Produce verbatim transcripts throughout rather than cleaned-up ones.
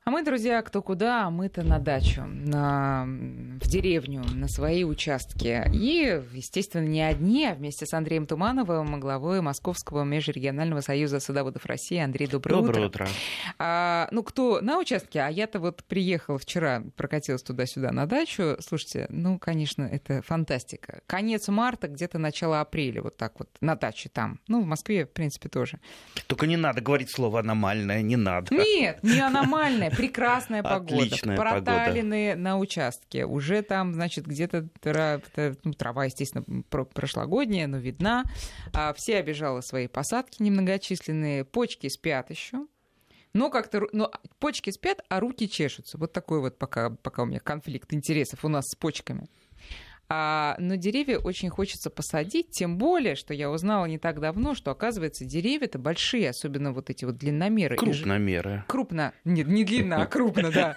А мы, друзья, кто куда, а мы-то на дачу, на... в деревню, на свои участки. И, естественно, не одни, а вместе с Андреем Тумановым, главой Московского межрегионального союза садоводов России. Андрей, доброе, доброе утро. утро. А, ну, кто на участке, а я-то вот приехала вчера, прокатилась туда-сюда на дачу. Слушайте, ну, конечно, это фантастика. Конец марта, где-то начало апреля, вот так вот, на даче там. Ну, в Москве, в принципе, тоже. Только не надо говорить слово «аномальное», не надо. Нет, не аномальное. Прекрасная погода. Отличная Проталины погода. на участке. Уже там, значит, где-то трава, ну, трава, естественно, прошлогодняя, но видна. А все обижала свои посадки немногочисленные. Почки спят еще. Но как-то но почки спят, а руки чешутся. Вот такой вот пока, пока у меня конфликт интересов у нас с почками. А, но деревья очень хочется посадить, тем более, что я узнала не так давно, что, оказывается, деревья-то большие, особенно вот эти вот длинномеры. Крупномеры. Крупно. Нет, не длинно, а крупно, да.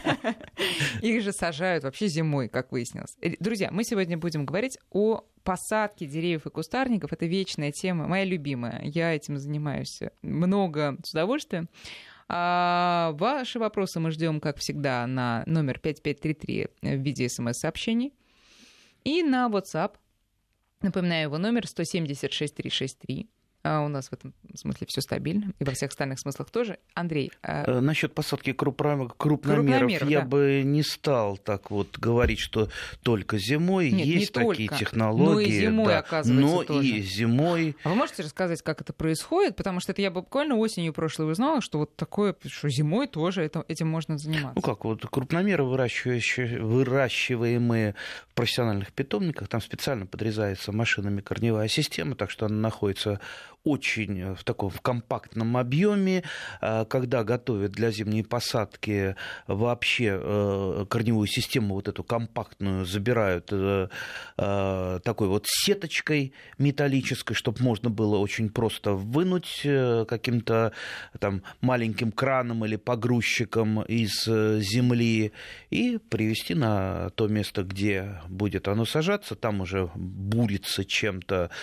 Их же сажают вообще зимой, как выяснилось. Друзья, мы сегодня будем говорить о посадке деревьев и кустарников. Это вечная тема, моя любимая. Я этим занимаюсь много с удовольствием. А ваши вопросы мы ждем, как всегда, на номер пять пять три три в виде смс-сообщений. И на WhatsApp, напоминаю, его номер сто семьдесят шесть триста шестьдесят три. А у нас в этом смысле все стабильно, и во всех остальных смыслах тоже. Андрей. А... Насчет посадки крупномеров, крупномеров я да. бы не стал так вот говорить, что только зимой. Нет, есть не такие только. технологии. Но и зимой, да. оказывается, Но тоже. и зимой. А вы можете рассказать, как это происходит? Потому что это я буквально осенью прошлой узнала, что вот такое, что зимой тоже это, этим можно заниматься. Ну как, вот крупномеры, выращивающие, выращиваемые в профессиональных питомниках, там специально подрезается машинами корневая система, так что она находится очень в таком в компактном объеме. Когда готовят для зимней посадки, вообще корневую систему вот эту компактную забирают такой вот сеточкой металлической, чтобы можно было очень просто вынуть каким-то там маленьким краном или погрузчиком из земли и привезти на то место, где будет оно сажаться. Там уже бурится чем-то.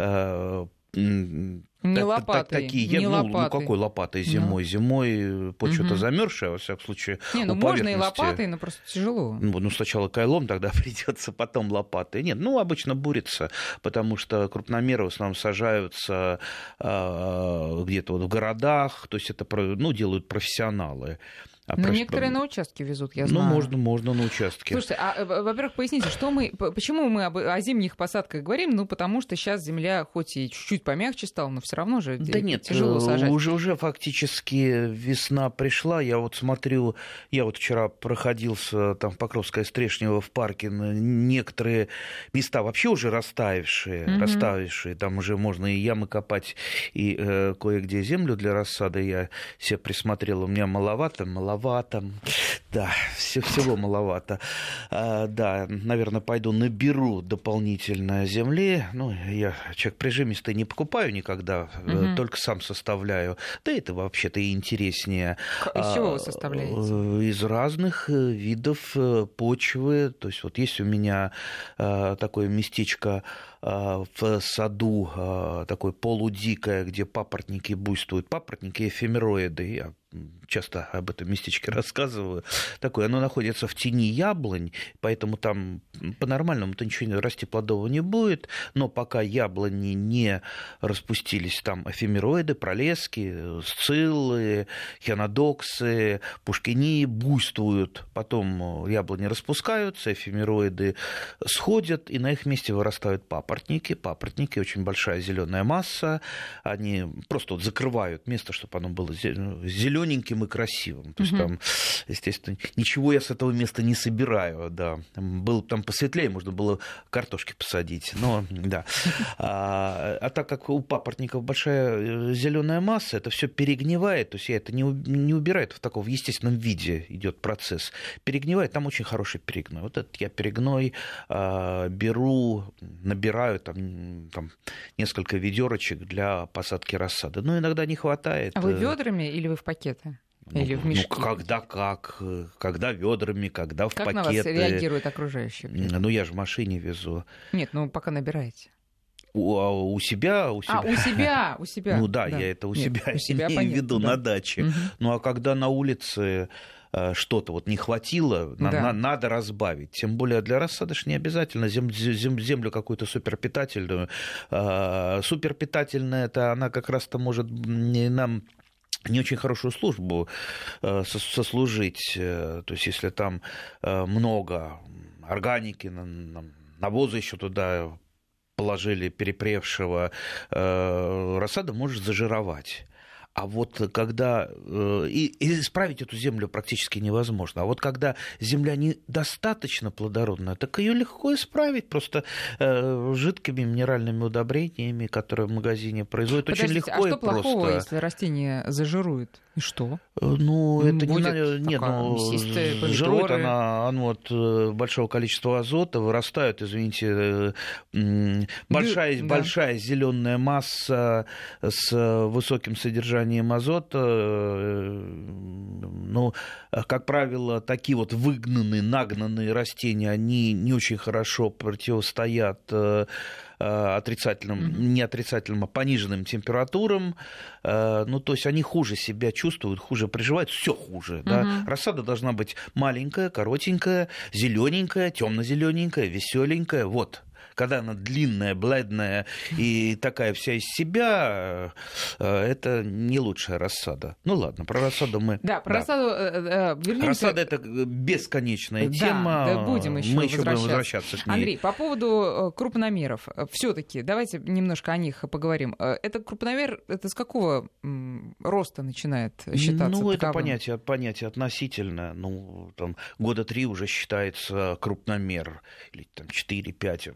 Не лопатой. Такие, не ну, лопатой. ну какой лопатой зимой? Да. Зимой почва-то угу. замерзшая, во всяком случае. Не, ну можно и лопатой, но просто тяжело. Ну, ну сначала кайлом тогда придется, потом лопатой. Нет, ну обычно бурится, потому что крупномеры в основном сажаются э, где-то вот в городах, то есть это ну, делают профессионалы. А Но прош... некоторые на участке везут, я знаю. Ну, можно, можно на участке. Слушайте, а, во-первых, поясните, что мы, почему мы об, о зимних посадках говорим? Ну, потому что сейчас земля хоть и чуть-чуть помягче стала, но все равно же да нет, тяжело сажать. Уже, уже фактически весна пришла. Я вот смотрю, я вот вчера проходился там в Покровское Стрешнево в парке, некоторые места вообще уже растаявшие, mm-hmm. растаявшие. Там уже можно и ямы копать, и э, кое-где землю для рассады. Я себе присмотрел, у меня маловато, маловато. Маловато, да, все, всего маловато. А, да, наверное, пойду наберу дополнительно земли. Ну, я человек прижимистый, не покупаю никогда, угу. только сам составляю. Да это вообще-то и интереснее. Из чего вы составляете? Из разных видов почвы. То есть вот есть у меня такое местечко в саду, такое полудикое, где папоротники буйствуют. Папоротники эфемероиды. Я часто об этом местечке рассказываю. Такое, оно находится в тени яблонь, поэтому там по-нормальному-то ничего расти плодового не будет, но пока яблони не распустились, там эфемероиды, пролески, сциллы, хианодоксы, пушкини буйствуют, потом яблони распускаются, эфемероиды сходят, и на их месте вырастают папоротники. Папоротники, очень большая зеленая масса, они просто вот закрывают место, чтобы оно было зеленым, зелененьким и красивым. То есть угу. там, естественно, ничего я с этого места не собираю. Да. Было там посветлее, можно было картошки посадить. Но, да. а, а так как у папоротников большая зеленая масса, это все перегнивает. То есть я это не, не убираю, это в таком в естественном виде идет процесс. Перегнивает, там очень хороший перегной. Вот этот я перегной а, беру, набираю там, там несколько ведерочек для посадки рассады. Но иногда не хватает. А вы ведрами или вы в пакете? Или ну, в мешки? Ну, когда как, когда ведрами, когда в как пакеты. Как на вас реагируют окружающие? Ну, я же в машине везу. Нет, ну, пока набираете. У, у себя, у себя. А, у себя, у себя. Ну да, да. я это у Нет, себя, у себя имею в виду, да. на даче. Угу. Ну а когда на улице что-то вот не хватило, да. на, на, надо разбавить. Тем более для рассады ж не обязательно зем, зем, землю какую-то суперпитательную. А, суперпитательная, это она как раз-то может нам не очень хорошую службу сослужить. То есть если там много органики, навоза еще туда положили перепревшего, рассада может зажировать. А вот когда... И, и исправить эту землю практически невозможно. А вот когда земля недостаточно плодородная, так ее легко исправить просто э, жидкими минеральными удобрениями, которые в магазине производят. Подождите, очень легко а что и просто. Плохого, если растение зажирует? И что? Ну, это Будет не... Нет, ну, жирует она, она от большого количества азота, вырастают, извините, большая, да. большая зеленая масса с высоким содержанием азота. Ну, как правило, такие вот выгнанные, нагнанные растения, они не очень хорошо противостоят отрицательным, mm-hmm. не отрицательным, а пониженным температурам. Ну, то есть они хуже себя чувствуют, хуже приживают, все хуже. Mm-hmm. Да? Рассада должна быть маленькая, коротенькая, зелененькая, темно-зелененькая, веселенькая. Вот. Когда она длинная, бледная и такая вся из себя, это не лучшая рассада. Ну ладно, про рассаду мы... Да, про да. рассаду э, вернемся. Рассада — это бесконечная да, тема. Да, будем еще мы еще возвращаться. будем возвращаться к ней. Андрей, по поводу крупномеров. Все-таки давайте немножко о них поговорим. Это крупномер, это с какого роста начинает считаться? Ну, таковым? это понятие, понятие относительное. Ну, там, года три уже считается крупномер. Или там четыре-пять.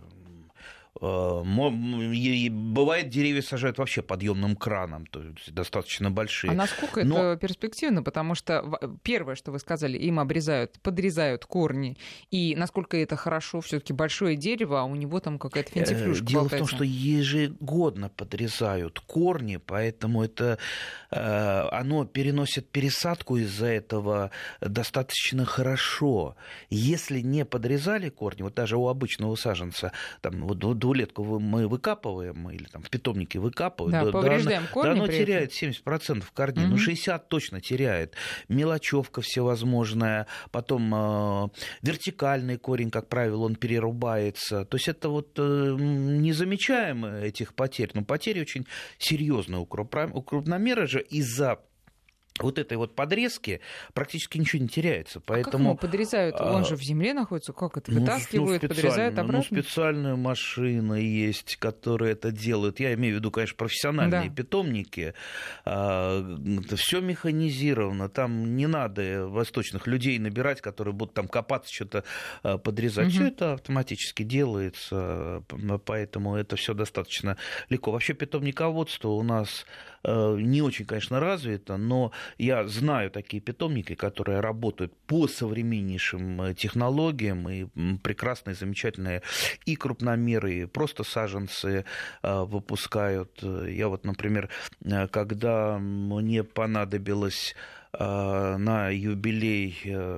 Бывает, деревья сажают вообще подъемным краном, то есть достаточно большие. А насколько Но... это перспективно? Потому что первое, что вы сказали, им обрезают, подрезают корни. И насколько это хорошо, все-таки большое дерево, а у него там какая-то финтифлюшка Дело болтается. в том, что ежегодно подрезают корни, поэтому это оно переносит пересадку из-за этого достаточно хорошо. Если не подрезали корни, вот даже у обычного саженца, там вот двулетку мы выкапываем, или там в питомнике выкапывают, да, да, повреждаем да, корни, да, оно при теряет этом. семьдесят процентов корней, угу. ну шестьдесят процентов точно теряет. Мелочевка всевозможная, потом э, вертикальный корень, как правило, он перерубается. То есть это вот э, не замечаем этих потерь, но потери очень серьезные у крупномера же из-за вот этой вот подрезки практически ничего не теряется. Поэтому... А как ему подрезают? Он же в земле находится. Как это? Вытаскивают, ну, подрезают обратно? Ну, специальная машина есть, которая это делает. Я имею в виду, конечно, профессиональные да. питомники. Это все механизировано. Там не надо восточных людей набирать, которые будут там копаться, что-то подрезать. Угу. Все это автоматически делается, поэтому это все достаточно легко. Вообще питомниководство у нас не очень, конечно, развито, но я знаю такие питомники, которые работают по современнейшим технологиям, и прекрасные, замечательные и крупномеры, и просто саженцы выпускают. Я вот, например, когда мне понадобилось на юбилей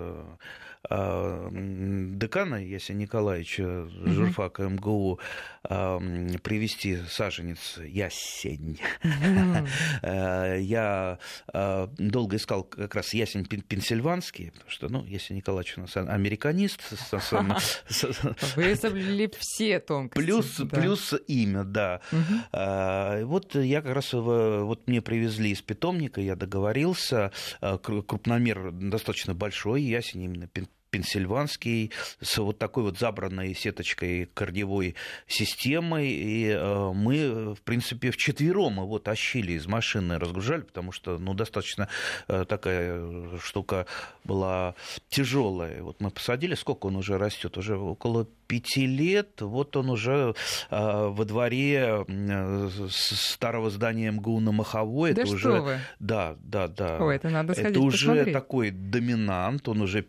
декана Ясения Николаевича журфака эм гэ у привезти саженец ясень. Mm-hmm. Я долго искал как раз ясень пенсильванский, потому что, ну, Ясень Николаевич у нас американист. Вы соблюли все тонкости. Плюс, да. плюс имя, да. Mm-hmm. Вот я как раз, вот мне привезли из питомника, я договорился, крупномер достаточно большой, ясень именно пенсильванский, с вот такой вот забранной сеточкой корневой системой, и мы, в принципе, вчетвером его тащили из машины, разгружали, потому что, ну, достаточно такая штука была тяжелая. Вот мы посадили, сколько он уже растет? Уже около пяти лет, вот он уже во дворе старого здания эм гэ у на Маховой. Да это что уже... вы? Да, да, да. Ой, это надо сходить это уже посмотреть. Такой доминант, он уже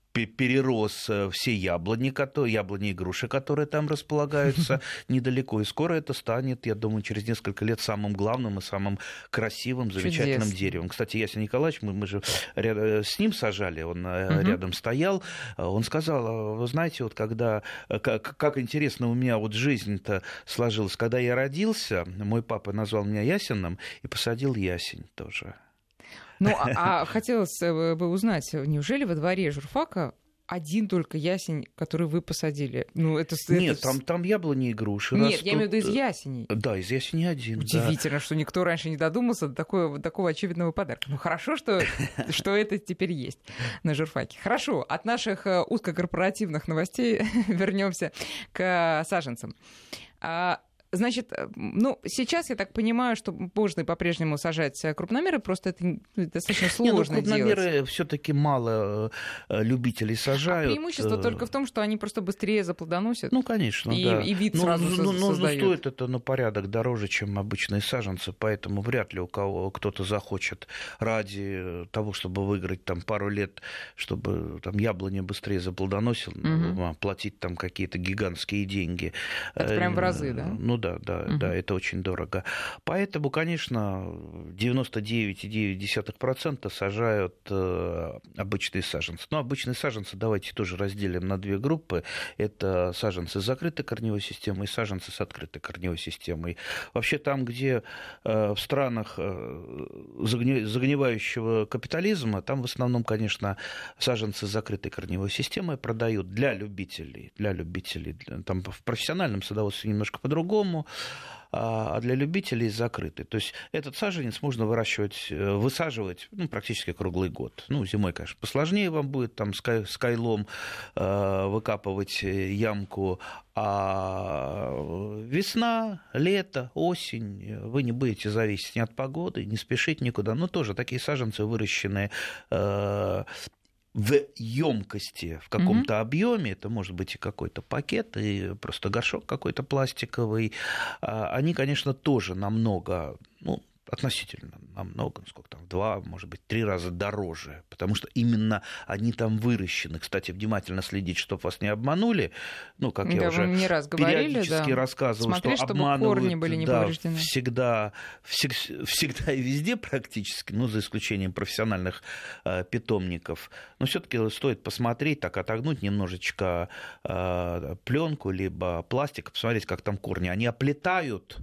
перерос все яблони, яблони и груши, которые там располагаются недалеко. И скоро это станет, я думаю, через несколько лет самым главным и самым красивым, замечательным Чудес. деревом. Кстати, Ясень Николаевич, мы, мы же рядом, с ним сажали, он угу. рядом стоял. Он сказал, вы знаете, вот когда, как, как интересно у меня вот жизнь-то сложилась. Когда я родился, мой папа назвал меня Ясеном и посадил ясень тоже. Ну, а, а хотелось бы узнать, неужели во дворе журфака один только ясень, который вы посадили? Ну, это, Нет, это... там, там яблони и груши. Нет, растут... я имею в виду из ясеней. Да, из ясеней один. Удивительно, да. что никто раньше не додумался до такого, до такого очевидного подарка. Ну, хорошо, что, что это теперь есть на журфаке. Хорошо, от наших узкокорпоративных новостей вернемся к саженцам. Значит, ну, сейчас я так понимаю, что можно по-прежнему сажать крупномеры, просто это достаточно сложно Не, ну, крупномеры делать. Все-таки мало любителей сажают. А преимущество только в том, что они просто быстрее заплодоносят. Ну, конечно, и, да. И вид ну, сразу ну, создают. Но стоит это на порядок дороже, чем обычные саженцы, поэтому вряд ли у кого кто-то захочет ради того, чтобы выиграть там пару лет, чтобы там яблоня быстрее заплодоносил, угу. платить там какие-то гигантские деньги. Это прям в разы, да? Ну да, да, угу. да, это очень дорого. Поэтому, конечно, девяносто девять целых девять десятых процента сажают обычные саженцы. Но обычные саженцы давайте тоже разделим на две группы. Это саженцы с закрытой корневой системой и саженцы с открытой корневой системой. Вообще там, где в странах загнивающего капитализма, там в основном, конечно, саженцы с закрытой корневой системой продают для любителей. Для любителей. Там в профессиональном садоводстве немножко по-другому, а для любителей закрытый. То есть этот саженец можно выращивать, высаживать ну, практически круглый год. Ну, зимой, конечно, посложнее вам будет там с кайлом выкапывать ямку, а весна, лето, осень, вы не будете зависеть ни от погоды, не спешить никуда. Но тоже такие саженцы, выращенные в емкости, в каком-то mm-hmm. объеме, это может быть и какой-то пакет, и просто горшок какой-то пластиковый, они, конечно, тоже намного, ну, относительно намного, сколько там, в два, может быть, три раза дороже, потому что именно они там выращены. Кстати, внимательно следить, чтобы вас не обманули. Ну, как да, я уже не раз говорили, периодически да. рассказывал, Смотри, что чтобы обманывают корни были не да, повреждены. всегда, всег, всегда и везде практически, ну, за исключением профессиональных э, питомников. Но все-таки стоит посмотреть, так отогнуть немножечко э, пленку либо пластик, посмотреть, как там корни. Они оплетают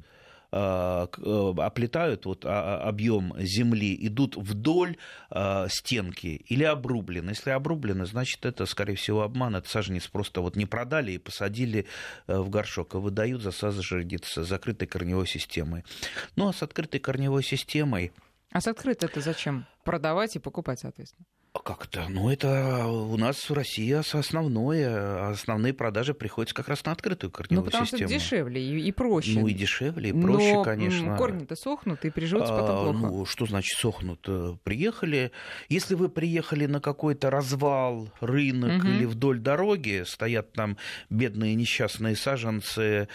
оплетают вот объем земли, идут вдоль стенки или обрублены. Если обрублены, значит, это, скорее всего, обман. Это саженец просто вот не продали и посадили в горшок, а выдают за саженец с закрытой корневой системой. Ну, а с открытой корневой системой... А с открытой это зачем? Продавать и покупать, соответственно. Как-то, ну, это у нас в России основное, основные продажи приходятся как раз на открытую корневую ну, потому систему. Потому что дешевле и, и проще. Ну, и дешевле, и проще, но конечно. корни-то сохнут и приживутся потом плохо. А, ну, что значит сохнут? Приехали, если вы приехали на какой-то развал, рынок угу. или вдоль дороги, стоят там бедные несчастные саженцы,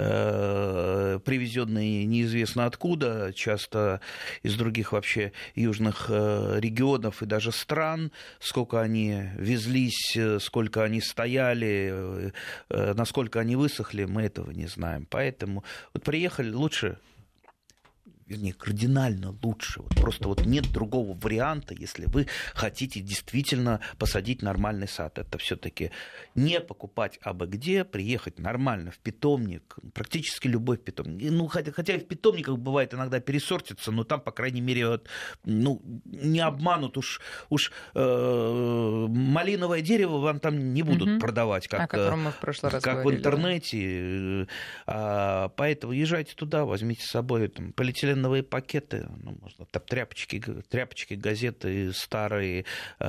э, привезенные неизвестно откуда, часто из других вообще южных регионов и даже стран, сколько они везлись, сколько они стояли, насколько они высохли, мы этого не знаем. Поэтому вот приехали, лучше, вернее, кардинально лучше. Вот просто вот нет другого варианта, если вы хотите действительно посадить нормальный сад. Это все-таки не покупать абы где, приехать нормально в питомник, практически любой питомник. Ну, хотя, хотя и в питомниках бывает иногда пересортится, но там, по крайней мере, вот, ну, не обманут уж, уж э, малиновое дерево вам там не будут угу. продавать, как, о мы в прошлый раз как говорили, в интернете. Да. А, поэтому езжайте туда, возьмите с собой там, полиэтилен пакеты, ну, можно там тряпочки, тряпочки, газеты старые,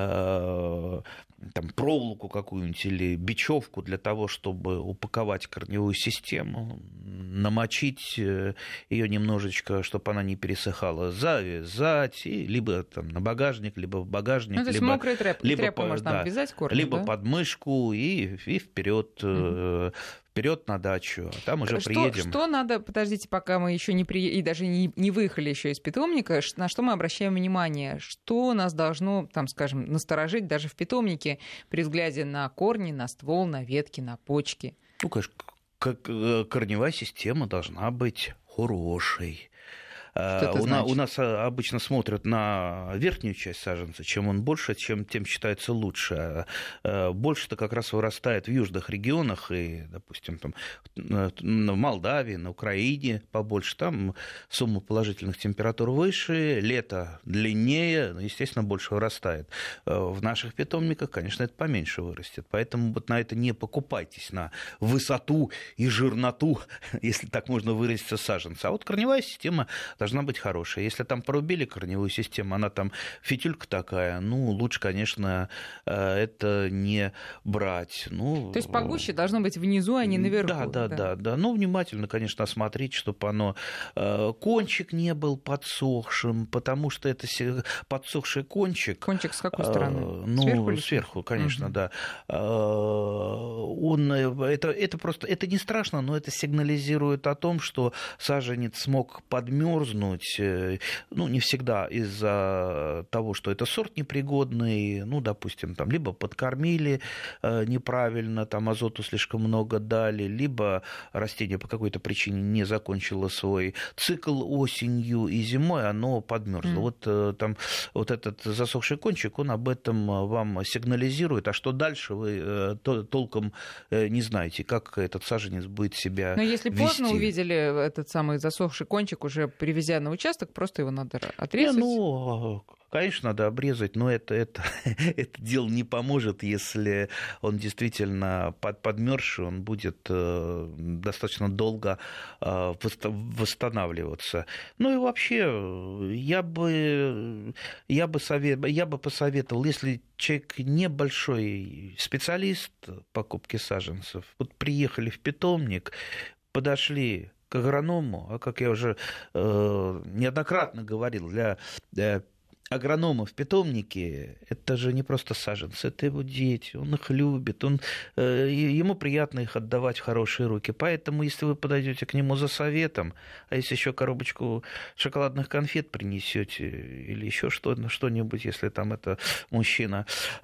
э, там проволоку какую-нибудь или бечевку для того, чтобы упаковать корневую систему, намочить ее немножечко, чтобы она не пересыхала, завязать, и либо там на багажник, либо в багажник, ну, то есть либо, мокрой тряп, либо тряпку по, можно да, обвязать корни, либо да? под мышку и, и вперед. Mm-hmm. вперед на дачу, а там уже что, приедем. Что надо, подождите, пока мы еще не приехали, и даже не, не выехали еще из питомника, на что мы обращаем внимание? Что нас должно, там, скажем, насторожить даже в питомнике при взгляде на корни, на ствол, на ветки, на почки? Ну, конечно, как корневая система должна быть хорошей. У, на, у нас обычно смотрят на верхнюю часть саженца. Чем он больше, чем, тем считается лучше. Больше-то как раз вырастает в южных регионах, и, допустим, там, в Молдавии, на Украине побольше. Там сумма положительных температур выше, лето длиннее, естественно, больше вырастает. В наших питомниках, конечно, это поменьше вырастет. Поэтому вот на это не покупайтесь, на высоту и жирноту, если так можно выразиться, саженца. А вот корневая система должна быть хорошая. Если там порубили корневую систему, она там фитюлька такая, ну, лучше, конечно, это не брать. Ну, то есть погуще должно быть внизу, а не наверху. Да, да, да, да, да. Ну, внимательно, конечно, осмотреть, чтобы оно... Кончик не был подсохшим, потому что это подсохший кончик... Кончик с какой стороны? Ну, сверху, сверху, конечно, угу. да. Он... Это, это просто... Это не страшно, но это сигнализирует о том, что саженец смог подмерзнуть. Ну, не всегда из-за того, что это сорт непригодный, ну, допустим, там, либо подкормили неправильно, там, азоту слишком много дали, либо растение по какой-то причине не закончило свой цикл осенью, и зимой оно подмерзло. Mm. Вот там вот этот засохший кончик, он об этом вам сигнализирует, а что дальше вы толком не знаете, как этот саженец будет себя вести. Но если поздно увидели этот самый засохший кончик, уже привезли на участок, просто его надо отрезать. Не, ну, конечно, надо обрезать, но это, это, это дело не поможет, если он действительно под, подмерзший, он будет э, достаточно долго э, восстанавливаться. Ну и вообще, я бы, я бы, совет, я бы посоветовал, если человек небольшой специалист покупки саженцев, вот приехали в питомник, подошли к агроному, а как я уже э, неоднократно говорил, для, для агронома в питомнике это же не просто саженцы, это его дети, он их любит, он, э, ему приятно их отдавать в хорошие руки. Поэтому, если вы подойдете к нему за советом, а если еще коробочку шоколадных конфет принесете или еще что, что-нибудь, если там это мужчина,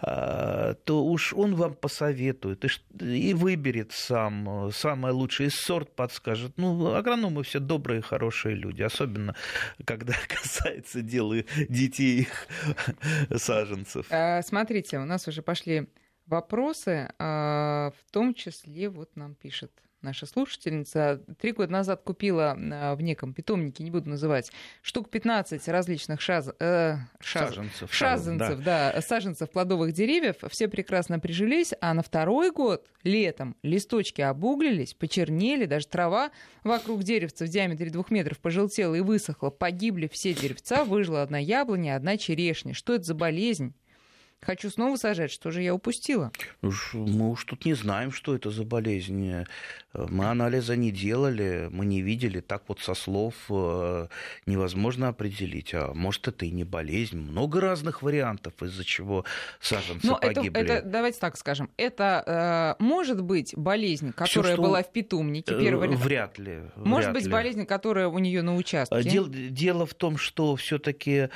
э, то уж он вам посоветует и, и выберет сам самый лучший сорт, подскажет. Ну, агрономы все добрые, хорошие люди, особенно когда касается дела детей их саженцев. Смотрите, у нас уже пошли вопросы, в том числе, вот нам пишет наша слушательница, три года назад купила в неком питомнике, не буду называть, штук пятнадцать различных шаз... э, шаз... саженцев, шазенцев, да. да, саженцев плодовых деревьев, все прекрасно прижились, а на второй год летом листочки обуглились, почернели, даже трава вокруг деревца в диаметре двух метров пожелтела и высохла, погибли все деревца, выжила одна яблоня, одна черешня. Что это за болезнь? Хочу снова сажать, что же я упустила? Мы уж тут не знаем, что это за болезнь. Мы анализа не делали, мы не видели. Так вот со слов невозможно определить. А может, это и не болезнь. Много разных вариантов, из-за чего саженцы Но погибли. Это, это, давайте так скажем. Это э, может быть болезнь, которая Всё, была в питомнике? Первый... Вряд ли. Может вряд быть ли. болезнь, которая у нее на участке? Дело, дело в том, что все-таки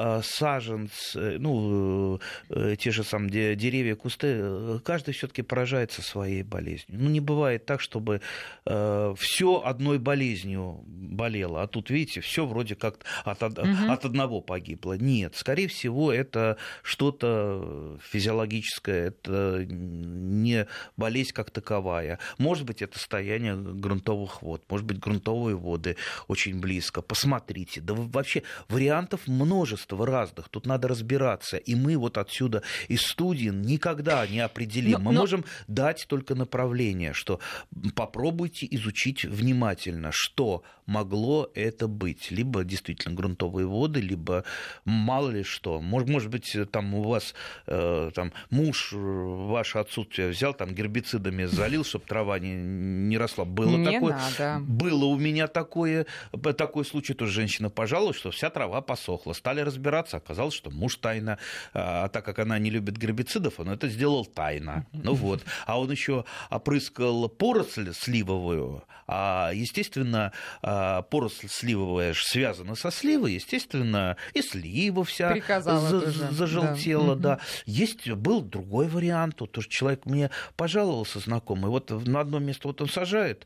саженцы, ну, те же самые деревья, кусты, каждый все-таки поражается своей болезнью. Ну, не бывает так, чтобы э, все одной болезнью болело, а тут, видите, все вроде как от, от, угу. от одного погибло. Нет, скорее всего, это что-то физиологическое, это не болезнь как таковая. Может быть, это состояние грунтовых вод, может быть, грунтовые воды очень близко. Посмотрите, да вообще вариантов множество разных, тут надо разбираться, и мы вот отсюда из студии никогда не определим. Но, Мы но... можем дать только направление, что попробуйте изучить внимательно, что могло это быть. Либо действительно грунтовые воды, либо мало ли что. Может, может быть, там у вас э, там, муж ваше отсутствие взял, там гербицидами залил, чтобы трава не, не росла. Было не такое. Надо. Было у меня такое, такой случай. Тоже женщина пожаловалась, что вся трава посохла. Стали разбираться, оказалось, что муж тайно, а так как она не любит гербицидов, он это сделал тайно. Ну вот. А он еще опрыскал поросль сливовую, а, естественно, поросль сливовая же связана со сливой, естественно, и слива вся за- зажелтела. Да. Да. Есть, был другой вариант, вот тоже человек мне пожаловался, знакомый, вот на одно место вот он сажает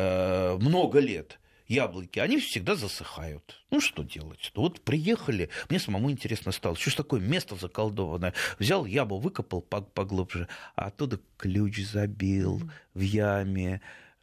э, много лет яблоки, они всегда засыхают. Ну, что делать? Вот приехали, мне самому интересно стало, что ж такое место заколдованное. Взял яблоко, выкопал поглубже, а оттуда ключ забил в яме,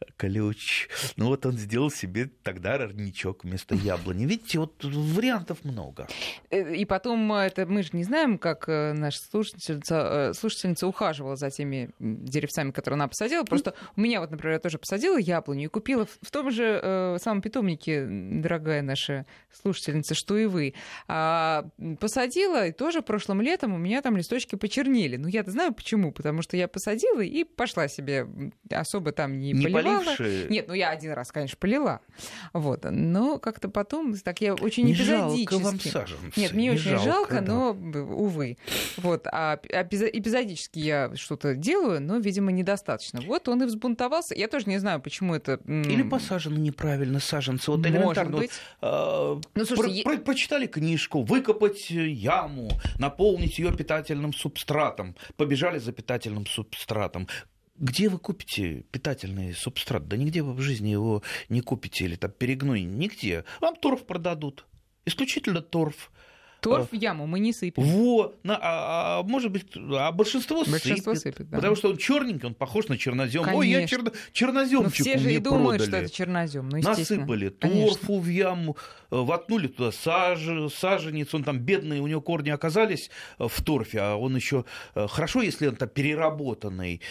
ключ. Ну, вот он сделал себе тогда родничок вместо яблони. Видите, вот вариантов много. И потом, это мы же не знаем, как наша слушательница, слушательница ухаживала за теми деревцами, которые она посадила. Просто у меня, вот, например, я тоже посадила яблоню и купила в том же э, самом питомнике, дорогая наша слушательница, что и вы. А, посадила, и тоже прошлым летом у меня там листочки почернели. Ну, я-то знаю почему. Потому что я посадила и пошла себе, особо там не, не поливала. Нет, ну я один раз, конечно, полила. Вот. Но как-то потом, так я очень не эпизодически... жалко вам саженцы. Нет, мне не очень жалко, жалко, да. но, увы. Вот. А эпизодически я что-то делаю, но, видимо, недостаточно. Вот он и взбунтовался. Я тоже не знаю, почему это... Или посажены неправильно саженцы. Вот элементарно. Может быть. Вот, э, ну, слушайте, про, про, прочитали книжку, выкопать яму, наполнить ее питательным субстратом. Побежали за питательным субстратом. Где вы купите питательный субстрат? Да нигде вы в жизни его не купите. Или там перегной. Нигде. Вам торф продадут. Исключительно торф. Торф в яму мы не сыпем. Во, на, а, а, может быть, а большинство, большинство сыпет. сыпет, да. Потому что он черненький, он похож на чернозем. Конечно. Ой, я черно... черноземчику все же мне и думают, продали. что это чернозем. Ну, насыпали торфу в яму, воткнули туда саж... саженец, он там бедный, у него корни оказались в торфе, а он еще хорошо, если он там переработанный,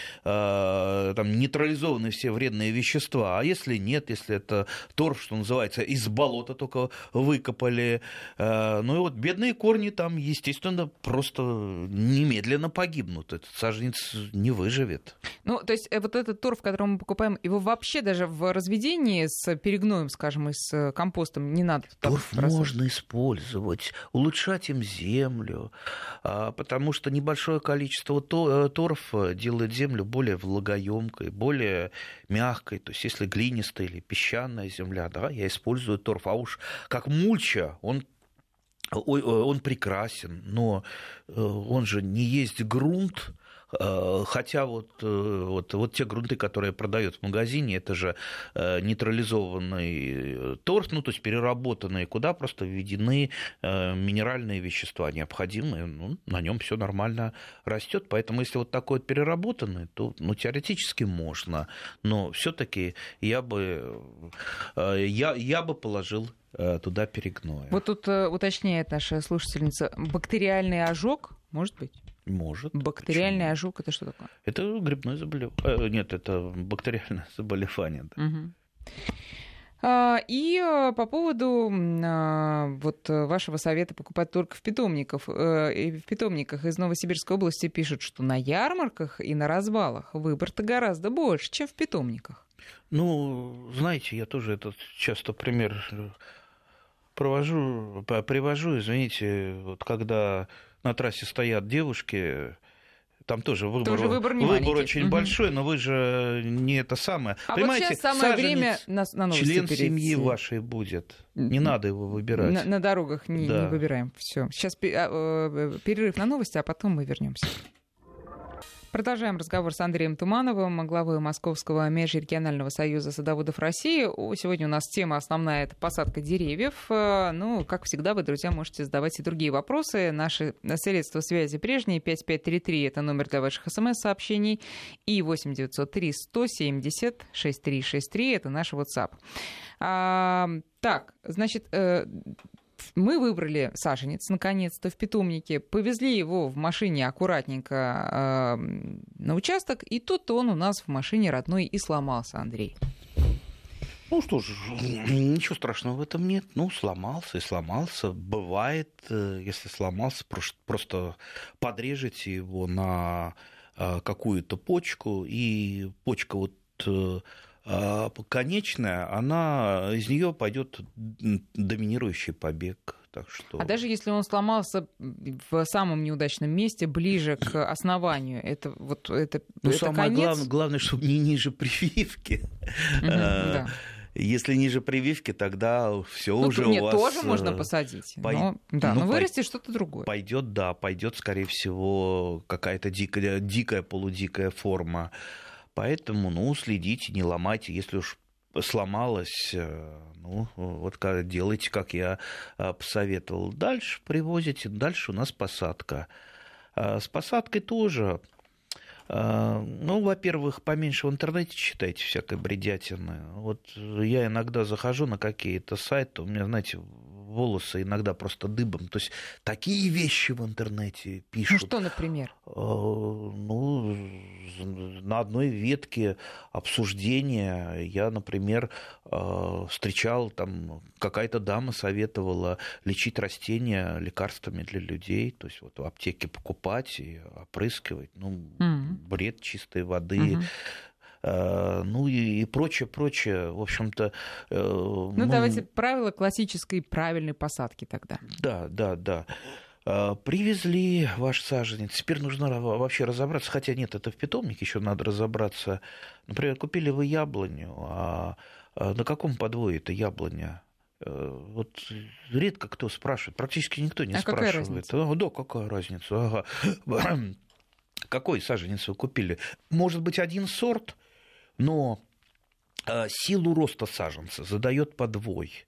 там нейтрализованы все вредные вещества, а если нет, если это торф, что называется, из болота только выкопали, ну и вот бедный корни там, естественно, просто немедленно погибнут. Этот саженец не выживет. Ну, то есть вот этот торф, который мы покупаем, его вообще даже в разведении с перегноем, скажем, и с компостом не надо. Торф можно использовать, улучшать им землю, потому что небольшое количество торфа делает землю более влагоемкой, более мягкой. То есть если глинистая или песчаная земля, да, я использую торф. А уж как мульча, он Он прекрасен, но он же не есть грунт, хотя вот, вот, вот те грунты, которые продают в магазине, это же нейтрализованный торф, ну, то есть переработанные, куда просто введены минеральные вещества необходимые, ну, на нем все нормально растет. Поэтому если вот такой вот переработанный, то ну, теоретически можно, но все-таки я бы, я, я бы положил туда перегноя. Вот тут уточняет наша слушательница, бактериальный ожог, может быть? Может. Бактериальный Почему? ожог, это что такое? Это грибное заболевание. Нет, это бактериальное заболевание. Да. Угу. И по поводу вот вашего совета покупать только в питомниках, в питомниках из Новосибирской области пишут, что на ярмарках и на развалах выбор-то гораздо больше, чем в питомниках. Ну, знаете, я тоже этот часто пример провожу, привожу, извините, вот когда на трассе стоят девушки, там тоже выбор, тоже выбор, не выбор очень угу. большой, но вы же не это самое. А понимаете, вот сейчас самое время на, на член перейти. семьи вашей будет. Не надо его выбирать. На, на дорогах не, да. не выбираем. Все. Сейчас перерыв на новости, а потом мы вернемся. Продолжаем разговор с Андреем Тумановым, главой Московского межрегионального союза садоводов России. Сегодня у нас тема основная — это посадка деревьев. Ну, как всегда, вы, друзья, можете задавать и другие вопросы. Наши средства связи прежние. пять пять три три — это номер для ваших смс-сообщений. И восемь девятьсот три сто семьдесят шестьдесят три шестьдесят три — это наш WhatsApp. А, так, значит... Мы выбрали саженец, наконец-то, в питомнике, повезли его в машине аккуратненько э, на участок, и тут он у нас в машине родной и сломался, Андрей. Ну что ж, ничего страшного в этом нет. Ну, сломался и сломался. Бывает, если сломался, просто подрежете его на какую-то почку, и почка вот... конечная, она, из нее пойдет доминирующий побег. Так что... А даже если он сломался в самом неудачном месте, ближе к основанию, это вот это, ну, это самое конец? главное, главное, чтобы не ниже прививки. Да. Если ниже прививки, тогда все ну, уже нет, у вас... тоже можно посадить. Пой... Но, да, ну, но вырастет что-то другое. Пойдет, да, пойдет, скорее всего, какая-то дикая, дикая, полудикая форма. Поэтому, ну, следите, не ломайте. Если уж сломалось, ну, вот делайте, как я посоветовал. Дальше привозите, дальше у нас посадка. С посадкой тоже... Ну, во-первых, поменьше в интернете читайте всякой бредятины. Вот я иногда захожу на какие-то сайты, у меня, знаете, волосы иногда просто дыбом. То есть такие вещи в интернете пишут. Ну, что, например? Ну, на одной ветке обсуждения я, например, встречал, там какая-то дама советовала лечить растения лекарствами для людей. То есть вот в аптеке покупать и опрыскивать. Ну, mm-hmm. бред чистой воды. Mm-hmm. Ну и, и прочее, прочее, в общем-то... Ну, мы... давайте правила классической правильной посадки тогда. Да, да, да. Привезли ваш саженец, теперь нужно вообще разобраться, хотя нет, это в питомнике еще надо разобраться. Например, купили вы яблоню, а на каком подвое это яблоня? Вот редко кто спрашивает, практически никто не а спрашивает. Какая разница? А, да, какая разница? Ага. Какой саженец вы купили? Может быть, один сорт, но силу роста саженца задает подвой.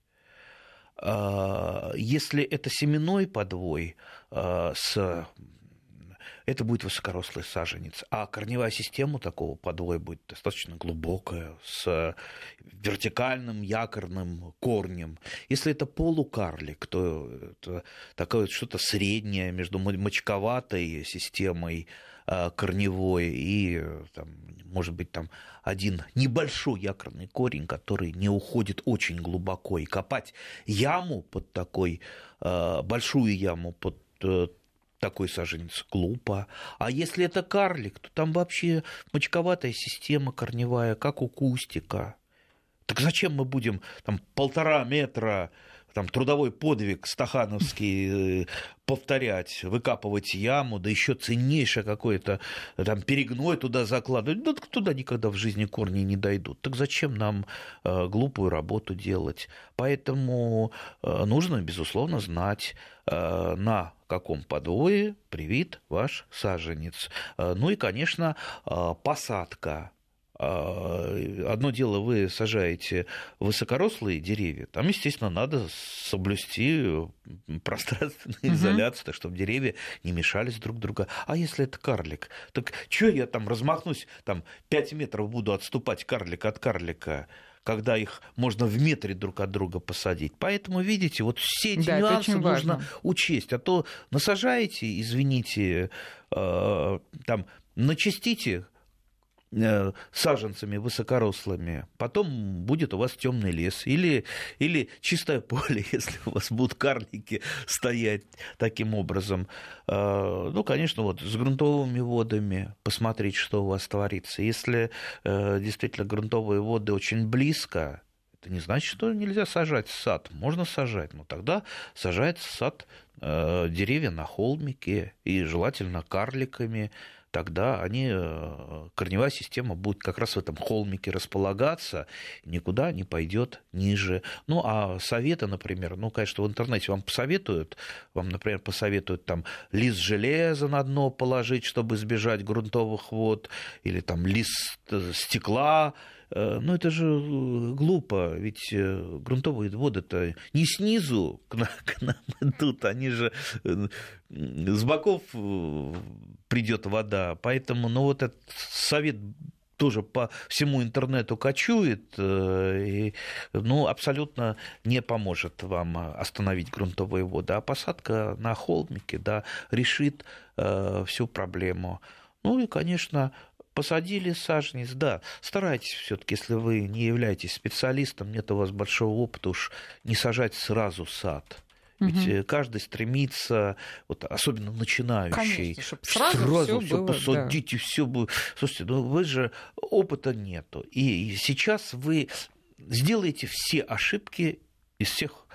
Если это семенной подвой, с... это будет высокорослый саженец, а корневая система такого подвоя будет достаточно глубокая, с вертикальным якорным корнем. Если это полукарлик, то это такое что-то среднее между мочковатой системой корневой и, там, может быть, там один небольшой якорный корень, который не уходит очень глубоко, и копать яму под такой, большую яму под такой саженец глупо. А если это карлик, то там вообще мочковатая система корневая, как у кустика. Так зачем мы будем там полтора метра, там, трудовой подвиг стахановский повторять, выкапывать яму, да еще ценнейшее какое-то там перегной туда закладывать, да туда никогда в жизни корни не дойдут. Так зачем нам э, глупую работу делать? Поэтому э, нужно, безусловно, знать, э, на каком подвое привит ваш саженец. Э, ну и, конечно, э, посадка. Одно дело, вы сажаете высокорослые деревья, там, естественно, надо соблюсти пространственную изоляцию, так, чтобы деревья не мешались друг другу. А если это карлик, так что я там размахнусь, там пять метров буду отступать карлик от карлика, когда их можно в метре друг от друга посадить. Поэтому, видите, вот все эти да, нюансы нужно важно. Учесть. А то насажаете, извините, э, там, начистите саженцами высокорослыми, потом будет у вас темный лес или, или чистое поле, если у вас будут карлики стоять таким образом. Ну, конечно, вот с грунтовыми водами посмотреть, что у вас творится. Если действительно грунтовые воды очень близко, это не значит, что нельзя сажать сад. Можно сажать, но тогда сажается сад, деревья на холмике, и желательно карликами. Тогда они, корневая система будет как раз в этом холмике располагаться, никуда не пойдет ниже. Ну, а советы, например, ну, конечно, в интернете вам посоветуют, вам, например, посоветуют там лист железа на дно положить, чтобы избежать грунтовых вод, или там лист стекла. Ну, это же глупо, ведь грунтовые воды-то не снизу к нам, к нам идут, они же с боков придет вода. Поэтому, ну, вот этот совет тоже по всему интернету кочует, и, ну, абсолютно не поможет вам остановить грунтовые воды. А посадка на холмике, да, решит э, всю проблему. Ну и, конечно, посадили саженец, да, старайтесь все-таки, если вы не являетесь специалистом, нет у вас большого опыта, уж не сажать сразу сад. Ведь угу. каждый стремится, вот, особенно начинающий, конечно, чтобы сразу, сразу все посадить, да. и все будет. Слушайте, ну вы же опыта нету. И сейчас вы сделаете все ошибки из всех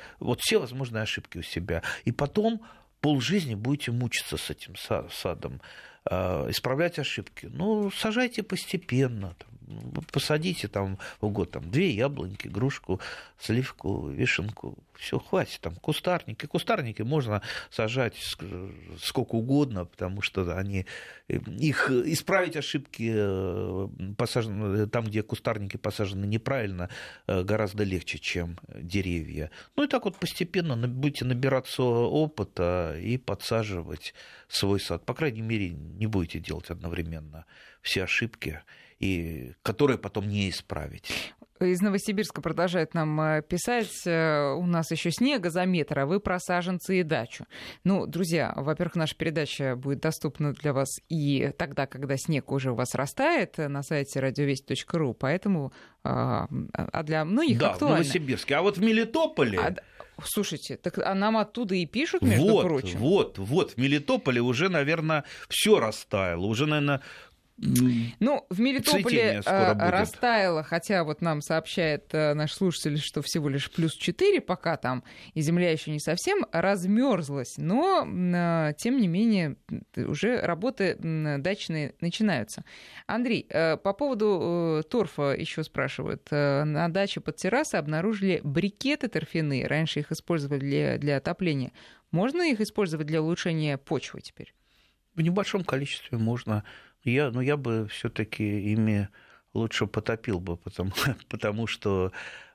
вот все возможные ошибки у себя. И потом полжизни будете мучиться с этим садом, исправлять ошибки. Ну, сажайте постепенно. Посадите там в год там, две яблоньки, грушку, сливку, вишенку. Все, хватит. Там кустарники. Кустарники можно сажать сколько угодно, потому что они, их исправить ошибки посажены, там, где кустарники посажены неправильно, гораздо легче, чем деревья. Ну и так вот постепенно будете набираться опыта и подсаживать свой сад. По крайней мере, не будете делать одновременно все ошибки, и которые потом не исправить. Из Новосибирска продолжают нам писать. У нас еще снега за метр, а вы про саженцы и дачу. Ну, друзья, во-первых, наша передача будет доступна для вас и тогда, когда снег уже у вас растает на сайте радиовесть точка ру, поэтому а для многих да, актуально. в Новосибирске. А вот в Мелитополе... А... Слушайте, так а нам оттуда и пишут, между вот, прочим. Вот, вот, в Мелитополе уже, наверное, все растаяло. Уже, наверное... Ну, в Мелитополе растаяло, хотя вот нам сообщает наш слушатель, что всего лишь плюс четыре пока там, и земля еще не совсем размерзлась, но, тем не менее, уже работы дачные начинаются. Андрей, по поводу торфа еще спрашивают. На даче под террасой обнаружили брикеты торфяные, раньше их использовали для, для отопления. Можно их использовать для улучшения почвы теперь? В небольшом количестве можно. Я, ну, я бы все-таки ими лучше потопил бы, потому, потому что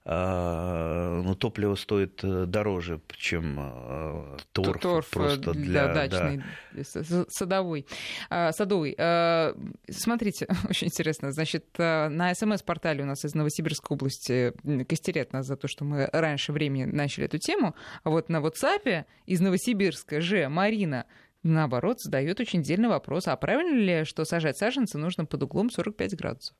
э, ну, топливо стоит дороже, чем э, торф, торф просто для, для дачной, да. садовой. Садовый. Смотрите, очень интересно. Значит, на СМС-портале у нас из Новосибирской области костерят нас за то, что мы раньше времени начали эту тему. А вот на WhatsApp из Новосибирска же Марина наоборот, задает очень дельный вопрос. А правильно ли, что сажать саженцы нужно под углом сорок пять градусов?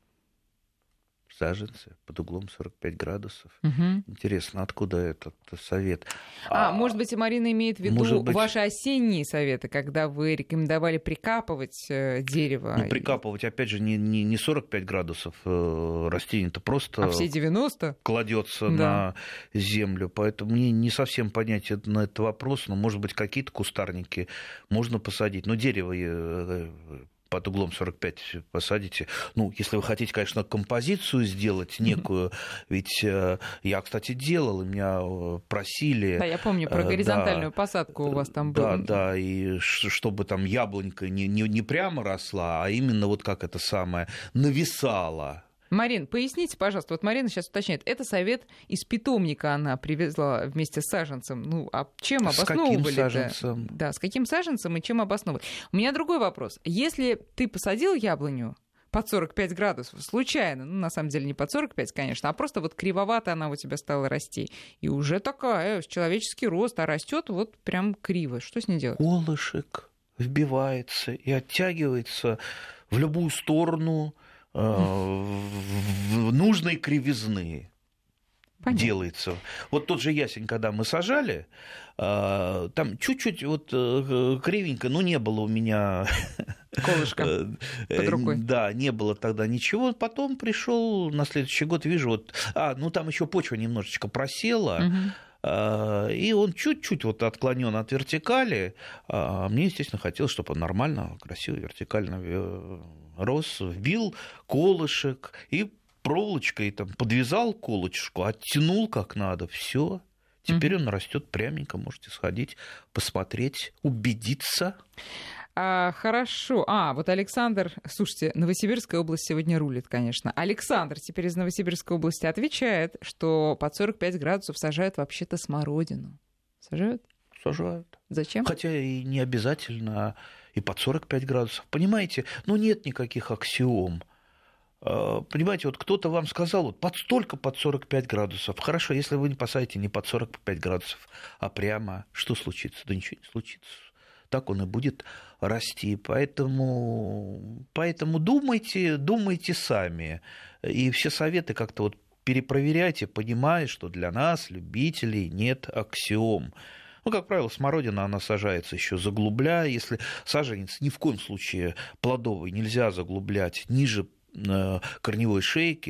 Саженцы под углом сорок пять градусов? Угу. Интересно, откуда этот совет? А, а может быть, и Марина имеет в виду быть... ваши осенние советы, когда вы рекомендовали прикапывать э, дерево? Ну, прикапывать, опять же, не, не, не сорок пять градусов э, растение-то просто... А все девяносто? Кладется да. на землю. Поэтому мне не совсем понятен на этот вопрос. Но, может быть, какие-то кустарники можно посадить. Но дерево... Э, под углом сорок пять посадите. Ну, если вы хотите, конечно, композицию сделать некую, ведь э, я, кстати, делал, и меня просили... Да, я помню, про горизонтальную да, посадку у вас там было. Да, да, и чтобы там яблонька не, не, не прямо росла, а именно вот как это самое, нависала. Марин, поясните, пожалуйста, вот Марина сейчас уточняет, это совет из питомника она привезла вместе с саженцем. Ну, а чем обосновывали? С каким саженцем? Да, с каким саженцем и чем обосновывали? У меня другой вопрос. Если ты посадил яблоню под сорок пять градусов, случайно, ну, на самом деле не под сорок пять, конечно, а просто вот кривовато она у тебя стала расти, и уже такая, человеческий рост, а растет вот прям криво. Что с ней делать? Колышек вбивается и оттягивается в любую сторону, в нужной кривизны. Понятно. Делается. Вот тот же ясень, когда мы сажали, там чуть-чуть вот кривенько, ну, не было у меня... Колышко под рукой. Да, не было тогда ничего. Потом пришел на следующий год, вижу, вот... А, ну, там еще почва немножечко просела, угу. И он чуть-чуть вот отклонен от вертикали. А мне, естественно, хотелось, чтобы он нормально, красиво, вертикально рос, вбил колышек и проволочкой там подвязал колышку, оттянул как надо, все. Теперь mm-hmm. он растет пряменько, можете сходить, посмотреть, убедиться. А, хорошо. А, вот Александр, слушайте, Новосибирская область сегодня рулит, конечно. Александр теперь из Новосибирской области отвечает, что под сорок пять градусов сажают вообще-то смородину. Сажают? Сажают. Зачем? Хотя и не обязательно и под сорок пять градусов. Понимаете, ну нет никаких аксиом. Понимаете, вот кто-то вам сказал, вот под столько под сорок пять градусов. Хорошо, если вы не посадите не под сорок пять градусов, а прямо, что случится? Да ничего не случится. Так он и будет расти. Поэтому, поэтому думайте, думайте сами. И все советы как-то вот перепроверяйте, понимая, что для нас, любителей, нет аксиом. Ну, как правило, смородина, она сажается еще заглубляя. Если саженец ни в коем случае плодовый нельзя заглублять ниже корневой шейки,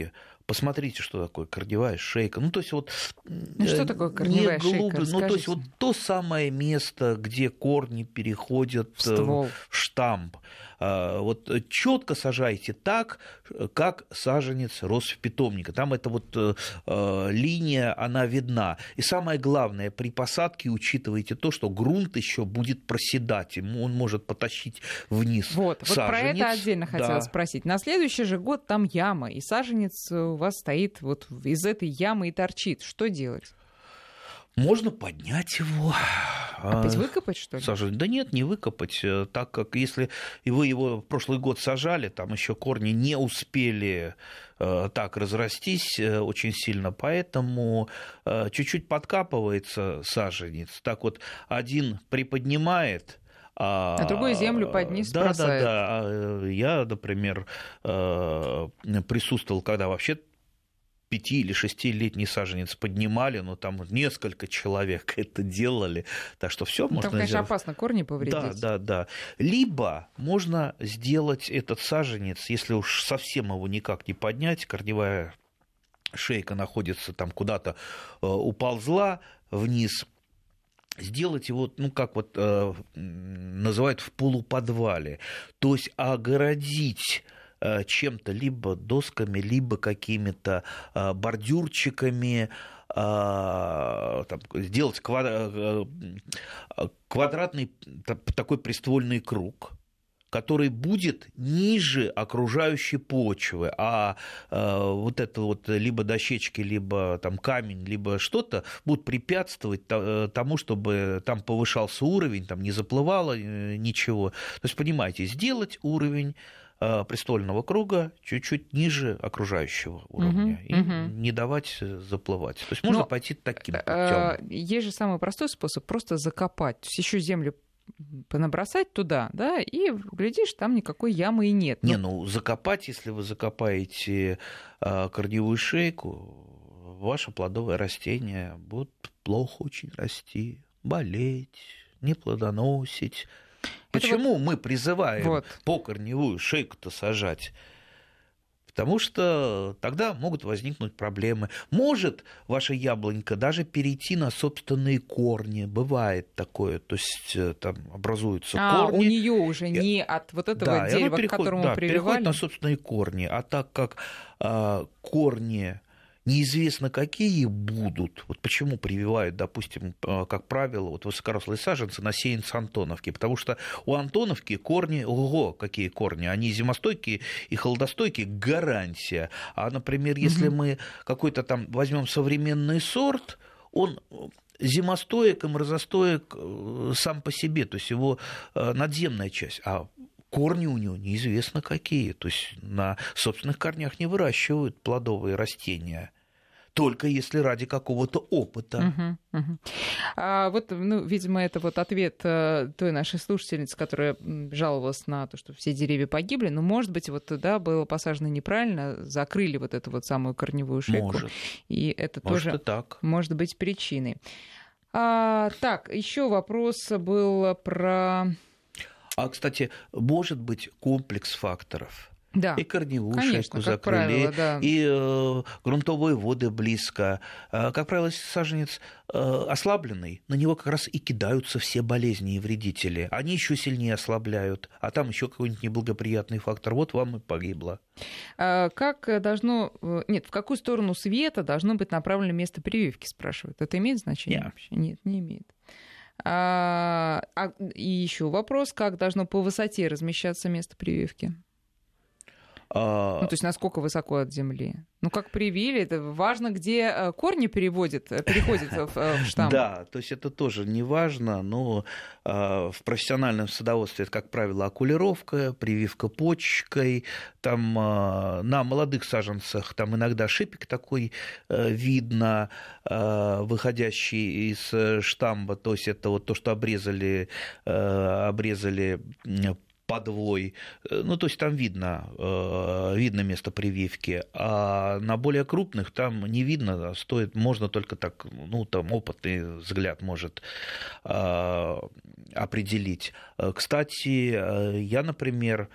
посмотрите, что такое корневая шейка. Ну, то есть вот... Ну, что такое корневая не глубь... шейка? Ну, то есть вот то самое место, где корни переходят в, ствол. в штамп. Вот четко сажайте так, как саженец рос в питомнике. Там эта вот линия, она видна. И самое главное, при посадке учитывайте то, что грунт еще будет проседать. Он может потащить вниз вот, саженец. Вот про это отдельно да. хотела спросить. На следующий же год там яма, и саженец у вас стоит вот из этой ямы и торчит. Что делать? Можно поднять его. Опять выкопать, что ли? Сажать. Да нет, не выкопать, так как если вы его в прошлый год сажали, там еще корни не успели так разрастись очень сильно, поэтому чуть-чуть подкапывается саженец. Так вот, один приподнимает, а, а другой землю под низ да, бросает. Да, да. Я, например, присутствовал, когда вообще пяти- или шестилетний саженец поднимали, но там несколько человек это делали, так что все ну, можно там, конечно, сделать. Опасно корни повредить. Да, да, да. Либо можно сделать этот саженец, если уж совсем его никак не поднять, корневая шейка находится там куда-то, э, уползла вниз, сделать его, ну, как вот э, называют, в полуподвале, то есть огородить чем-то, либо досками, либо какими-то бордюрчиками, там, сделать квадратный такой приствольный круг, который будет ниже окружающей почвы, а вот это вот либо дощечки, либо там камень, либо что-то будут препятствовать тому, чтобы там повышался уровень, там не заплывало ничего. То есть, понимаете, сделать уровень приствольного круга чуть-чуть ниже окружающего уровня, uh-huh, и uh-huh. не давать заплывать. То есть можно Но, пойти таким путем. Есть же самый простой способ — просто закопать, то есть еще землю понабросать туда, да, и глядишь, там никакой ямы и нет. Не, ну закопать, если вы закопаете корневую шейку, ваше плодовое растение будет плохо очень расти, болеть, не плодоносить. Почему вот... мы призываем вот. по корневую шейку-то сажать? Потому что тогда могут возникнуть проблемы. Может ваша яблонька даже перейти на собственные корни. Бывает такое. То есть там образуются а, корни. у нее уже не от вот этого да, дерева, переход... к которому да, прививали? переходит на собственные корни. А так как а, корни... неизвестно, какие будут. Вот почему прививают, допустим, как правило, вот высокорослые саженцы на сеянец Антоновки. Потому что у Антоновки корни, ого, какие корни, они зимостойкие и холодостойкие, гарантия. А, например, если угу. мы какой-то там возьмем современный сорт, он зимостоек и морозостоек сам по себе, то есть его надземная часть, а корни у него неизвестно какие. То есть на собственных корнях не выращивают плодовые растения. Только если ради какого-то опыта. Угу, угу. А вот, ну, видимо, это вот ответ той нашей слушательницы, которая жаловалась на то, что все деревья погибли. Но, может быть, вот туда было посажено неправильно, закрыли вот эту вот самую корневую шейку. Может. И это может тоже и так. может быть причиной. А, так, еще вопрос был про... А, кстати, может быть комплекс факторов. Да, и корневую конечно, шейку закрыли, правило, да. и э, грунтовые воды близко. Э, как правило, если саженец э, ослабленный, на него как раз и кидаются все болезни и вредители. Они еще сильнее ослабляют, а там еще какой-нибудь неблагоприятный фактор. Вот вам и погибло. А как должно... Нет, в какую сторону света должно быть направлено место прививки, спрашивают. Это имеет значение Нет. вообще? Нет, не имеет. А, а, и еще вопрос, как должно по высоте размещаться место прививки? Ну, то есть насколько высоко от земли? Ну, как привили, это важно, где корни переводят, переходят в, в штамм. Да, то есть это тоже не важно, но в профессиональном садоводстве это, как правило, окулировка, прививка почкой. Там на молодых саженцах там иногда шипик такой видно, выходящий из штамба, то есть это вот то, что обрезали, обрезали подвой, ну, то есть там видно, видно место прививки, а на более крупных там не видно, стоит, можно только так, ну, там опытный взгляд может определить. Кстати, я, например,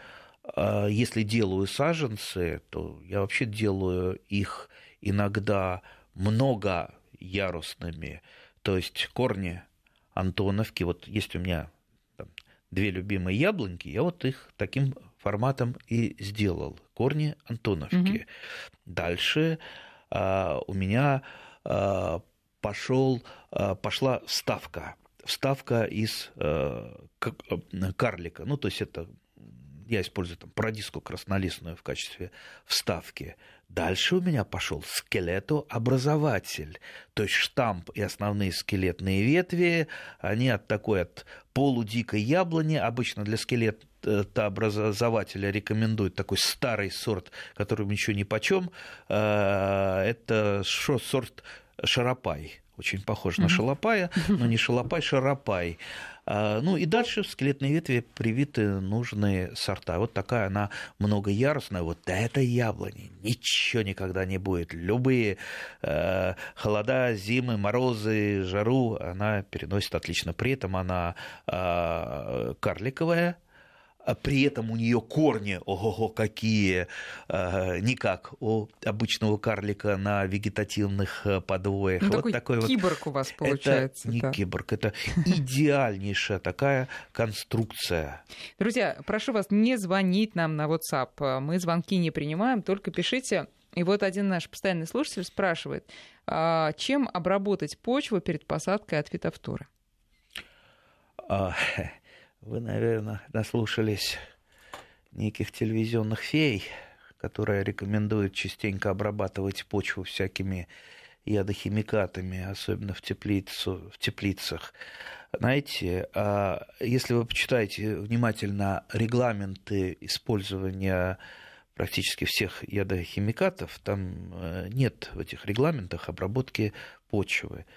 если делаю саженцы, то я вообще делаю их иногда многоярусными, то есть корни антоновки, вот есть у меня там две любимые яблоньки, я вот их таким форматом и сделал, корни антоновки. Mm-hmm. Дальше а, у меня а, пошел, а, пошла вставка, вставка из а, карлика, ну то есть это я использую там парадиску краснолистную в качестве вставки. Дальше у меня пошел скелетообразователь, то есть штамп и основные скелетные ветви, они от такой от полудикой яблони, обычно для скелетообразователя рекомендуют такой старый сорт, которому еще ни почем, это сорт шалопай. Очень похож mm-hmm. на шалопая, но не шалопай, шалопай. Ну и дальше в скелетные ветви привиты нужные сорта. Вот такая она многоярусная. Вот этой яблони ничего никогда не будет. Любые э, холода, зимы, морозы, жару она переносит отлично. При этом она э, карликовая. При этом у нее корни, ого-го, какие, не как у обычного карлика на вегетативных подвоях. Ну, вот такой, такой киборг вот, у вас получается. Это не да. киборг, это идеальнейшая такая конструкция. Друзья, прошу вас не звонить нам на WhatsApp. Мы звонки не принимаем, только пишите. И вот один наш постоянный слушатель спрашивает, чем обработать почву перед посадкой от фитофторы? Вы, наверное, наслушались неких телевизионных фей, которые рекомендуют частенько обрабатывать почву всякими ядохимикатами, особенно в, теплицу, в теплицах. Знаете, если вы почитаете внимательно регламенты использования практически всех ядохимикатов, там нет в этих регламентах обработки почвы.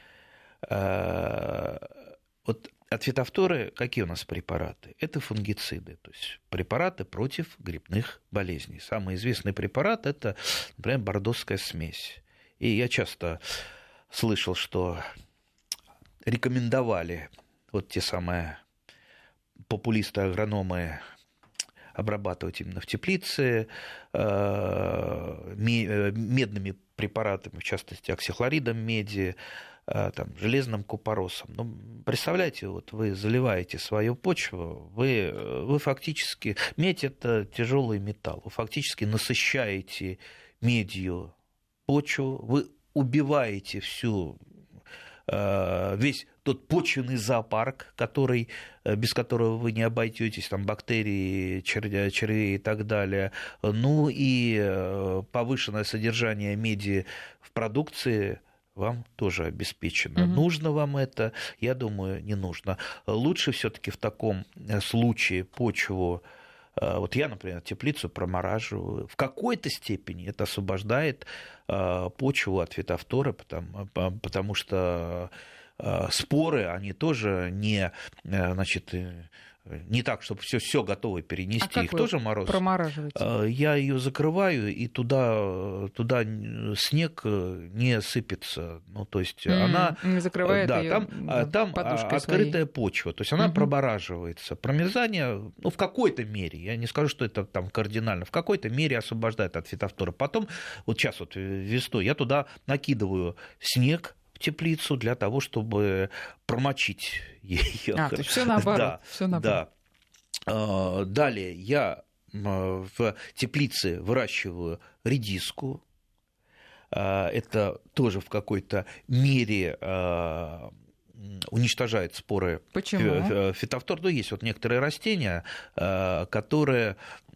Вот от фитофторы какие у нас препараты? Это фунгициды, то есть препараты против грибных болезней. Самый известный препарат – это, например, бордоская смесь. И я часто слышал, что рекомендовали вот те самые популисты-агрономы обрабатывать именно в теплице медными препаратами, в частности, оксихлоридом меди, там, железным купоросом. Ну, представляете, вот вы заливаете свою почву, вы, вы фактически... Медь – это тяжелый металл. Вы фактически насыщаете медью почву, вы убиваете всю, весь тот почвенный зоопарк, который, без которого вы не обойдетесь, там бактерии, червя, червей и так далее. Ну и повышенное содержание меди в продукции вам тоже обеспечено. Mm-hmm. Нужно вам это? Я думаю, не нужно. Лучше все-таки в таком случае почву, вот я, например, теплицу промораживаю. В какой-то степени это освобождает почву от фитофторы, потому, потому что споры, они тоже не, значит, не так, чтобы все, все готово перенести. А их тоже мороз. Промораживаете? Я ее закрываю, и туда, туда снег не сыпется. Ну, то есть mm, она не закрывает да, её там, там открытая своей. Почва. То есть она uh-huh. промораживается. Промерзание, ну, в какой-то мере, я не скажу, что это там кардинально, в какой-то мере освобождает от фитофтора. Потом, вот сейчас вот весной, я туда накидываю снег, теплицу для того, чтобы промочить ее. А, то есть всё наоборот. Да, всё наоборот. Да. Далее я в теплице выращиваю редиску. Это тоже в какой-то мере уничтожает споры. Почему? Фитофтор. Ну, есть вот некоторые растения, которые,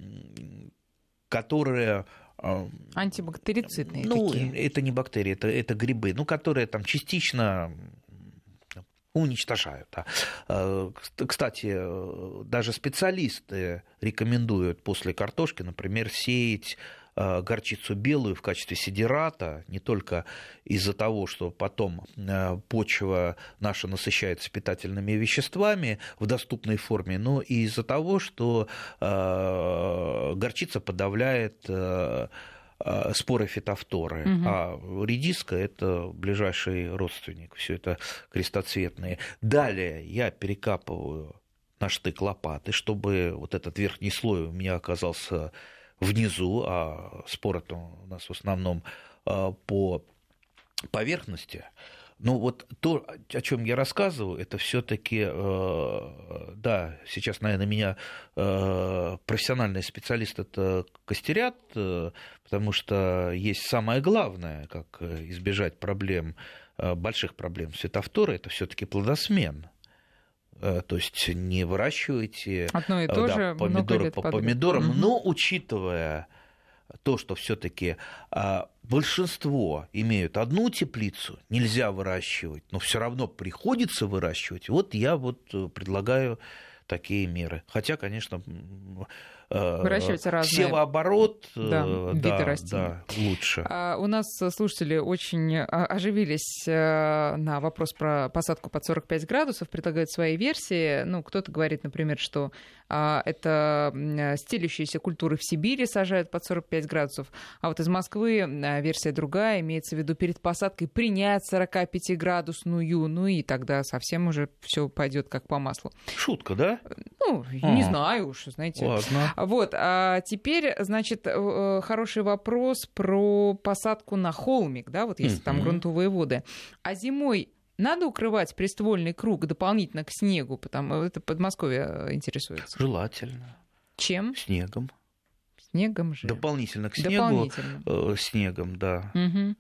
которые антибактерицидные ну, такие. Это не бактерии, это, это грибы, ну, которые там частично уничтожают. Да. Кстати, даже специалисты рекомендуют после картошки, например, сеять горчицу белую в качестве сидирата, не только из-за того, что потом почва наша насыщается питательными веществами в доступной форме, но и из-за того, что горчица подавляет споры фитофторы, угу. а редиска – это ближайший родственник, все это крестоцветные. Далее я перекапываю на штык лопаты, чтобы вот этот верхний слой у меня оказался внизу, а спор-то у нас в основном по поверхности. Ну вот то, о чем я рассказываю, это все-таки, да, сейчас, наверное, меня профессиональные специалисты это костерят, потому что есть самое главное, как избежать проблем, больших проблем светофтора, это все-таки плодосмен. То есть не выращивайте одно и то да, же помидоры по подряд. помидорам, угу. но учитывая то, что все-таки а, большинство имеют одну теплицу, нельзя выращивать, но все равно приходится выращивать. Вот я вот предлагаю такие меры. Хотя, конечно, выращивать разные севооборот, да, да, виды растений. Да, лучше. А у нас слушатели очень оживились на вопрос про посадку под сорок пять градусов, предлагают свои версии. Ну, кто-то говорит, например, что это стелющиеся культуры в Сибири сажают под сорок пять градусов, а вот из Москвы версия другая, имеется в виду перед посадкой принять сорокапятиградусную, ну и тогда совсем уже все пойдет как по маслу. Шутка, да? Ну, а. не знаю уж, знаете. Ладно. Вот, а теперь, значит, хороший вопрос про посадку на холмик, да, вот если uh-huh. там грунтовые воды. А зимой надо укрывать приствольный круг дополнительно к снегу, потому это Подмосковье интересуется. Желательно. Чем? Снегом. Снегом же. Дополнительно к снегу. Дополнительно. Э, снегом, да. Угу.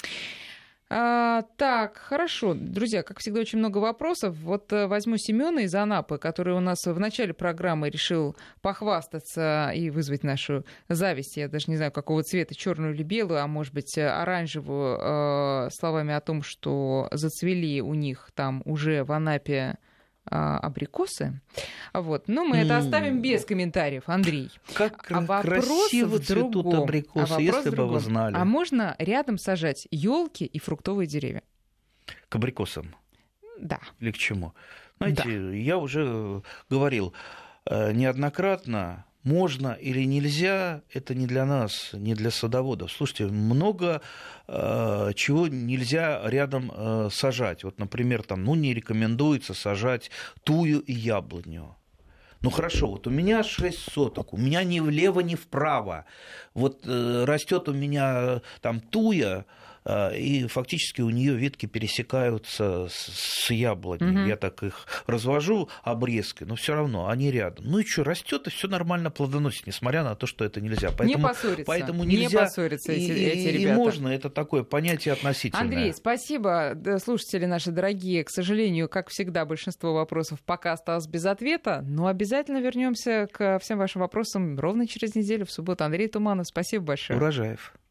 А, так, хорошо. Друзья, как всегда, очень много вопросов. Вот возьму Семёна из Анапы, который у нас в начале программы решил похвастаться и вызвать нашу зависть. Я даже не знаю, какого цвета, черную или белую, а может быть, оранжевую, э, словами о том, что зацвели у них там уже в Анапе абрикосы. Вот. Но мы mm. это оставим без комментариев, Андрей. Как а красиво цветут абрикосы, а если бы вы знали. А можно рядом сажать елки и фруктовые деревья? К абрикосам? Да. Или к чему? Знаете, да. я уже говорил неоднократно, можно или нельзя, это не для нас, не для садоводов. Слушайте, много э, чего нельзя рядом э, сажать. Вот, например, там, ну, не рекомендуется сажать тую и яблоню. Ну хорошо, вот у меня шесть соток, у меня ни влево, ни вправо. Вот э, растет у меня там туя, э, и фактически у нее ветки пересекаются с, с яблоней. Mm-hmm. Я так их развожу обрезкой, но все равно они рядом. Ну и что, растет и все нормально плодоносит, несмотря на то, что это нельзя. Поэтому, не поссориться. Поэтому нельзя. Не поссориться эти, и, эти и, ребята. И можно, это такое понятие относительное. Андрей, спасибо. Слушатели наши дорогие, к сожалению, как всегда, большинство вопросов пока осталось без ответа, но обязательно Обязательно вернемся к всем вашим вопросам ровно через неделю, в субботу. Андрей Туманов, спасибо большое. Урожаев.